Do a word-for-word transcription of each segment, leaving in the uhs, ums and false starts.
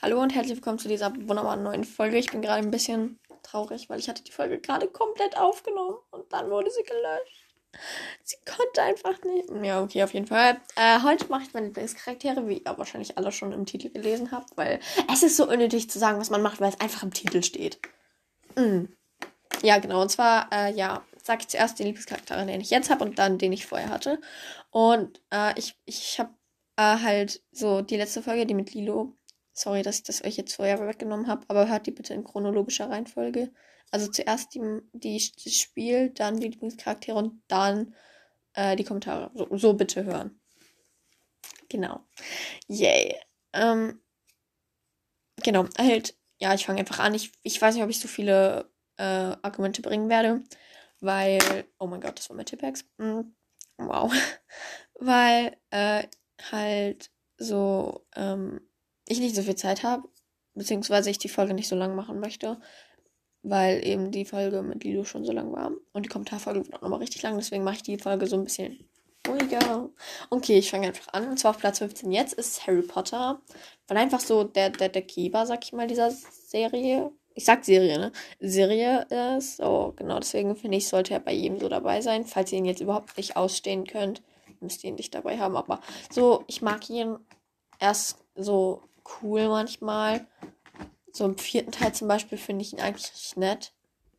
Hallo und herzlich willkommen zu dieser wunderbaren neuen Folge. Ich bin gerade ein bisschen traurig, weil ich hatte die Folge gerade komplett aufgenommen und dann wurde sie gelöscht. Sie konnte einfach nicht. Ja, okay, auf jeden Fall. Äh, heute mache ich meine Lieblingscharaktere, wie ihr wahrscheinlich alle schon im Titel gelesen habt, weil es ist so unnötig zu sagen, was man macht, weil es einfach im Titel steht. Mm. Ja, genau. Und zwar, äh, ja, sage ich zuerst den Lieblingscharakter, den ich jetzt habe und dann den ich vorher hatte. Und äh, ich, ich habe äh, halt so die letzte Folge, die mit Lilo. Sorry, dass ich das euch jetzt vorher weggenommen habe, aber hört die bitte in chronologischer Reihenfolge. Also zuerst die, die, das Spiel, dann die Lieblingscharaktere und dann äh, die Kommentare. So, so bitte hören. Genau. Yay. Ähm, genau, halt, ja, ich fange einfach an. Ich, ich weiß nicht, ob ich so viele äh, Argumente bringen werde, weil, oh mein Gott, das war mein Tippex. Mm, wow. weil äh, halt so, ähm, ich nicht so viel Zeit habe, beziehungsweise ich die Folge nicht so lang machen möchte, weil eben die Folge mit Lilo schon so lang war. Und die Kommentarfolge wird auch nochmal richtig lang, deswegen mache ich die Folge so ein bisschen ruhiger. Okay, ich fange einfach an. Und zwar auf Platz fünfzehn jetzt ist Harry Potter, weil einfach so der, der, der Geber, sag ich mal, dieser Serie, ich sag Serie, ne? Serie ist, so, genau, deswegen finde ich, sollte er bei jedem so dabei sein. Falls ihr ihn jetzt überhaupt nicht ausstehen könnt, müsst ihr ihn nicht dabei haben, aber so, ich mag ihn erst so cool manchmal. So im vierten Teil zum Beispiel finde ich ihn eigentlich richtig nett.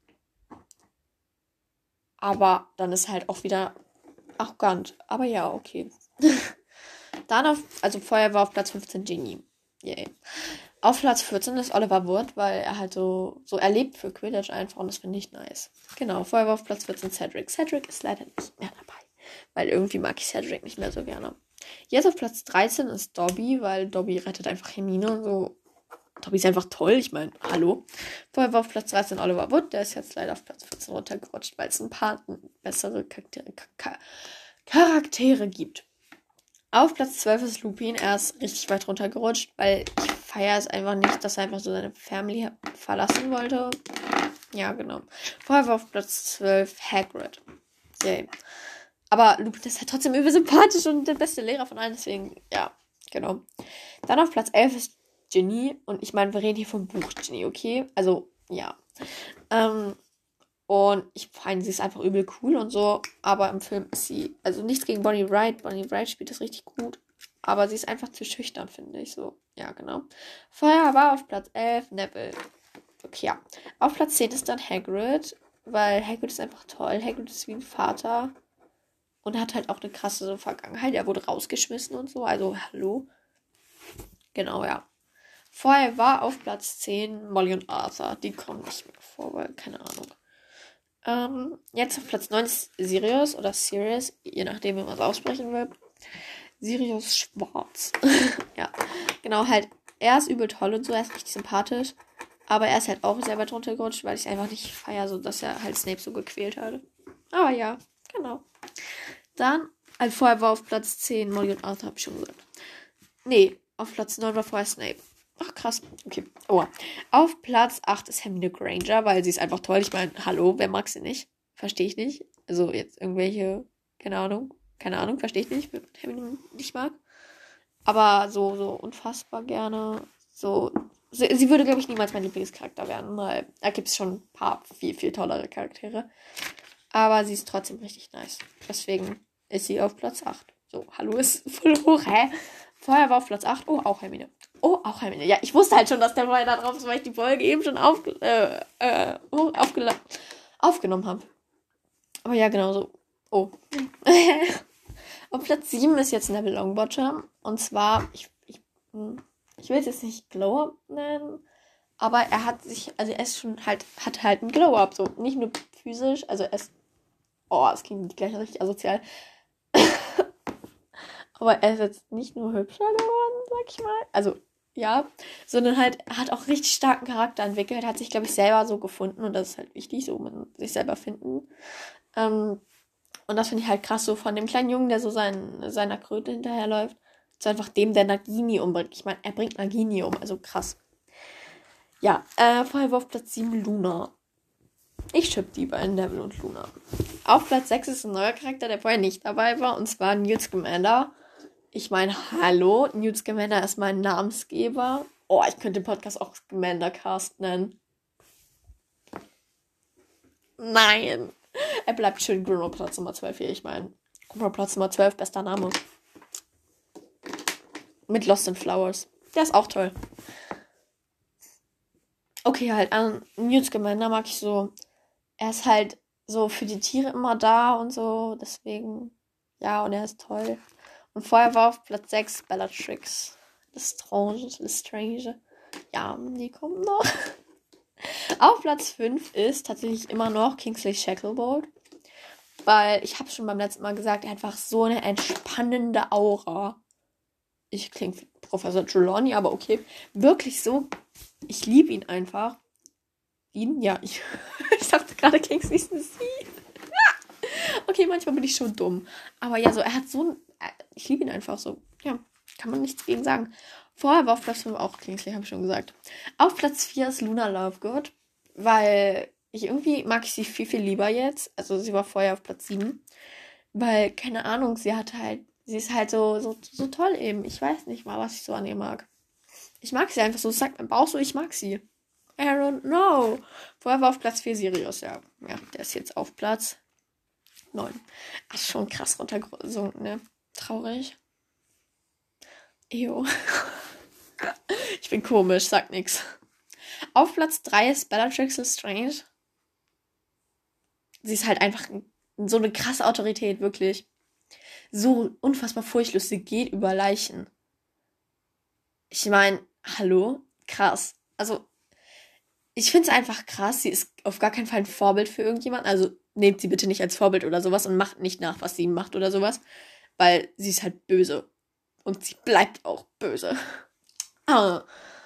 Aber dann ist halt auch wieder arrogant. Aber ja, okay. Dann auf, also vorher war auf Platz fünfzehn Genie. Yay. Auf Platz vierzehn ist Oliver Wood, weil er halt so, so erlebt für Quidditch einfach und das finde ich nice. Genau, vorher war auf Platz vierzehn Cedric. Cedric ist leider nicht mehr dabei, weil irgendwie mag ich Cedric nicht mehr so gerne. Jetzt auf Platz dreizehn ist Dobby, weil Dobby rettet einfach Hermine und so. Dobby ist einfach toll, ich meine, hallo. Vorher war auf Platz dreizehn Oliver Wood, der ist jetzt leider auf Platz vierzehn runtergerutscht, weil es ein paar bessere Charaktere, Charaktere gibt. Auf Platz zwölf ist Lupin, er ist richtig weit runtergerutscht, weil ich feiere es einfach nicht, dass er einfach so seine Family verlassen wollte. Ja, genau. Vorher war auf Platz zwölf Hagrid. Yay. Aber Lupin ist halt trotzdem übel sympathisch und der beste Lehrer von allen, deswegen, ja, genau. Dann auf Platz elf ist Ginny und ich meine, wir reden hier vom Buch Ginny, okay? Also, ja. Ähm, und ich finde, sie ist einfach übel cool und so, aber im Film ist sie, also nichts gegen Bonnie Wright, Bonnie Wright spielt das richtig gut, aber sie ist einfach zu schüchtern, finde ich, so, ja, genau. Vorher war auf Platz elf Neville. Okay, ja. Auf Platz zehn ist dann Hagrid, weil Hagrid ist einfach toll, Hagrid ist wie ein Vater und hat halt auch eine krasse Vergangenheit, er wurde rausgeschmissen und so, also, hallo. Genau, ja. Vorher war auf Platz zehn Molly und Arthur. Die kommen nicht mehr vor, weil keine Ahnung. Ähm, jetzt auf Platz neun ist Sirius oder Sirius, je nachdem, wie man es aussprechen will. Sirius Schwarz. ja, genau, halt, er ist übel toll und so, er ist richtig sympathisch. Aber er ist halt auch sehr weit runtergerutscht, weil ich einfach nicht feiere, so dass er halt Snape so gequält hat. Aber ja, genau. Dann, also vorher war auf Platz zehn Molly und Arthur, hab ich schon gesagt. Nee, auf Platz neun war vorher Snape. Ach, krass. Okay. Oh. Auf Platz acht ist Hermine Granger, weil sie ist einfach toll. Ich meine, hallo, wer mag sie nicht? Verstehe ich nicht. Also jetzt irgendwelche, keine Ahnung, keine Ahnung, verstehe ich nicht, wer Hermine nicht mag. Aber so, so unfassbar gerne. So, sie, sie würde, glaube ich, niemals mein Lieblingscharakter werden, weil da gibt es schon ein paar viel, viel tollere Charaktere. Aber sie ist trotzdem richtig nice. Deswegen ist sie auf Platz acht. So, hallo ist voll hoch, hä? Vorher war auf Platz acht. Oh, auch Hermine. Oh, auch Hermine. Ja, ich wusste halt schon, dass der vorher da drauf ist, weil ich die Folge eben schon auf, äh, äh, aufgela- aufgenommen habe. Aber ja, genau so. Oh. Auf Platz sieben ist jetzt Neville Longbottom. Und zwar, ich, ich, ich will es jetzt nicht Glow-Up nennen, aber er hat sich, also er ist schon halt, hat halt ein Glow-Up. So, nicht nur physisch, also er ist, oh, es klingt gleich richtig asozial. Aber er ist jetzt nicht nur hübscher geworden, sag ich mal. Also, ja. Sondern halt, er hat auch richtig starken Charakter entwickelt. Hat sich, glaube ich, selber so gefunden. Und das ist halt wichtig, so mit sich selber finden. Ähm, und das finde ich halt krass, so von dem kleinen Jungen, der so sein, seiner Kröte hinterherläuft, zu einfach dem, der Nagini umbringt. Ich meine, er bringt Nagini um. Also krass. Ja, äh, vorher war auf Platz sieben Luna. Ich schipp die bei Neville und Luna. Auf Platz sechs ist ein neuer Charakter, der vorher nicht dabei war. Und zwar Newt Scamander. Ich meine, hallo, Newt Scamander ist mein Namensgeber. Oh, ich könnte den Podcast auch Scamander-Cast nennen. Nein. Er bleibt schön Bruno Platz Nummer zwölf hier, ich meine. Bruno Platz Nummer zwölf, bester Name. Mit Lost in Flowers. Der ist auch toll. Okay, halt, an Newt Scamander mag ich so. Er ist halt so für die Tiere immer da und so, deswegen, ja, und er ist toll. Und vorher war auf Platz sechs Bellatrix Lestrange, Lestrange. Ja, die kommen noch. Auf Platz fünf ist tatsächlich immer noch Kingsley Shacklebolt. Weil, ich habe schon beim letzten Mal gesagt, er hat einfach so eine entspannende Aura. Ich klinge wie Professor Trelawney, aber okay. Wirklich so, ich liebe ihn einfach. Ihn? Ja, ich, ich dachte gerade Kingsley ist eine Sie. Okay, manchmal bin ich schon dumm. Aber ja, so, er hat so ein, ich liebe ihn einfach so. Ja, kann man nichts gegen sagen. Vorher war auf Platz fünf auch Kingsley, habe ich schon gesagt. Auf Platz vier ist Luna Lovegood, weil ich irgendwie mag ich sie viel, viel lieber jetzt. Also sie war vorher auf Platz sieben. Weil, keine Ahnung, sie hat halt, sie ist halt so, so, so toll eben. Ich weiß nicht mal, was ich so an ihr mag. Ich mag sie einfach so, es sagt mein Bauch so, ich mag sie. I don't know. Vorher war auf Platz vier Sirius, ja. Ja, der ist jetzt auf Platz neun. Ach, schon krass runtergesunken, ne? Traurig. Ew. Ich bin komisch, sag nix. Auf Platz drei ist Bellatrix Lestrange. Sie ist halt einfach so eine krasse Autorität, wirklich. So unfassbar furchtlos. Sie geht über Leichen. Ich meine, hallo? Krass. Also, ich finde es einfach krass. Sie ist auf gar keinen Fall ein Vorbild für irgendjemanden. Also, nehmt sie bitte nicht als Vorbild oder sowas und macht nicht nach, was sie macht oder sowas. Weil sie ist halt böse. Und sie bleibt auch böse. Ah.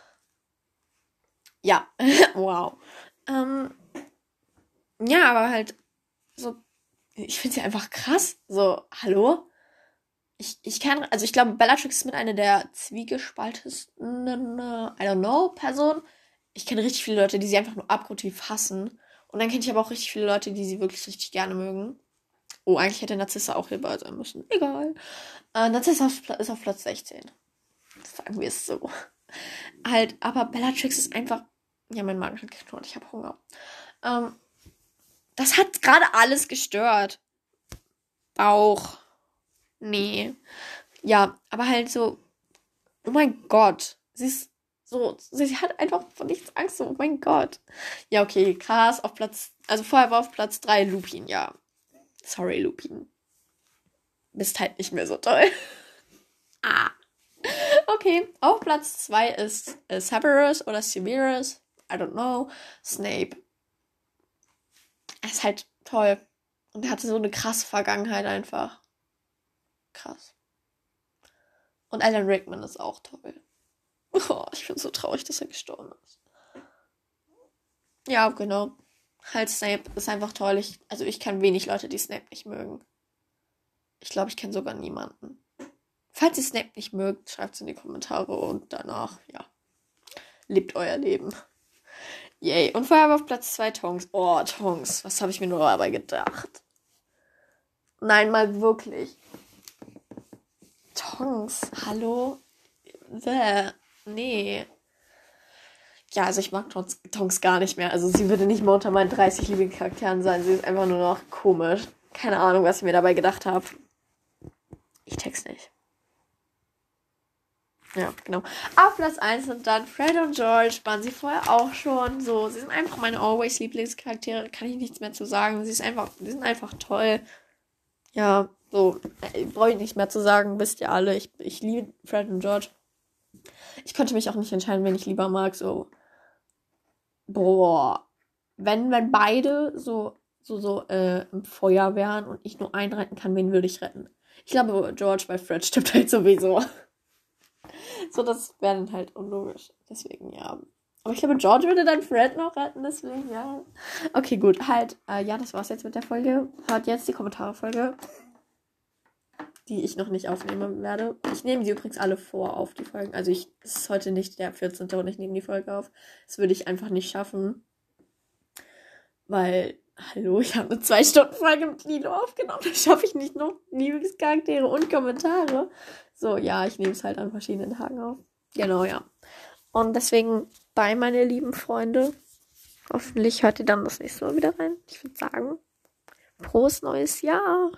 Ja. Wow. Ähm, ja, aber halt so, ich finde sie einfach krass. So, hallo? Ich, ich kann, also ich glaube, Bellatrix ist mit einer der zwiegespaltesten, I don't know, Personen. Ich kenne richtig viele Leute, die sie einfach nur abgrundtief hassen. Und dann kenne ich aber auch richtig viele Leute, die sie wirklich richtig gerne mögen. Oh, eigentlich hätte Narzissa auch hierbei sein müssen. Egal. Äh, Narzissa ist auf Platz sechzehn. Sagen wir es so. Halt, aber Bellatrix ist einfach, ja, mein Magen hat geknurrt, ich habe Hunger. Ähm, das hat gerade alles gestört. Bauch. Nee. Ja, aber halt so, oh mein Gott. Sie ist so, sie hat einfach von nichts Angst, so, oh mein Gott. Ja, okay, krass, auf Platz, also vorher war auf Platz drei Lupin, ja. Sorry, Lupin. Bist halt nicht mehr so toll. Ah. Okay, auf Platz zwei ist äh, Severus oder Severus, I don't know, Snape. Er ist halt toll. Und er hatte so eine krasse Vergangenheit einfach. Krass. Und Alan Rickman ist auch toll. Oh, ich bin so traurig, dass er gestorben ist. Ja, genau. Halt, Snape ist einfach toll. Ich, also ich kenne wenig Leute, die Snape nicht mögen. Ich glaube, ich kenne sogar niemanden. Falls ihr Snape nicht mögt, schreibt es in die Kommentare und danach, ja, lebt euer Leben. Yay. Und vorher war auf Platz zwei Tonks. Oh, Tonks. Was habe ich mir nur dabei gedacht? Nein, mal wirklich. Tonks. Hallo? Bäh. Nee. Ja, also ich mag Tonks, Tonks gar nicht mehr. Also sie würde nicht mehr unter meinen dreißig Lieblingscharakteren sein. Sie ist einfach nur noch komisch. Keine Ahnung, was ich mir dabei gedacht habe. Ich text nicht. Ja, genau. Auf Platz eins sind dann Fred und George. Waren sie vorher auch schon so. Sie sind einfach meine Always-Lieblingscharaktere. Kann ich nichts mehr zu sagen. Sie ist einfach, sie sind einfach toll. Ja, so. Äh, brauche ich nicht mehr zu sagen. Wisst ihr alle. Ich, ich liebe Fred und George. Ich konnte mich auch nicht entscheiden, wen ich lieber mag. So. Boah. Wenn, wenn beide so, so, so äh, im Feuer wären und ich nur einen retten kann, wen würde ich retten? Ich glaube, George bei Fred stimmt halt sowieso. So, das wäre dann halt unlogisch. Deswegen, ja. Aber ich glaube, George würde dann Fred noch retten, deswegen, ja. Okay, gut. Halt, äh, ja, das war's jetzt mit der Folge. Hört jetzt die Kommentare-Folge, die ich noch nicht aufnehmen werde. Ich nehme sie übrigens alle vor auf die Folgen. Also, ich, es ist heute nicht der vierzehnte und ich nehme die Folge auf. Das würde ich einfach nicht schaffen. Weil, hallo, ich habe eine zwei Stunden Folge mit Lilo aufgenommen. Das schaffe ich nicht noch. Lieblingscharaktere und Kommentare. So, ja, ich nehme es halt an verschiedenen Tagen auf. Genau, ja. Und deswegen, bye, meine lieben Freunde. Hoffentlich hört ihr dann das nächste Mal wieder rein. Ich würde sagen, frohes neues Jahr.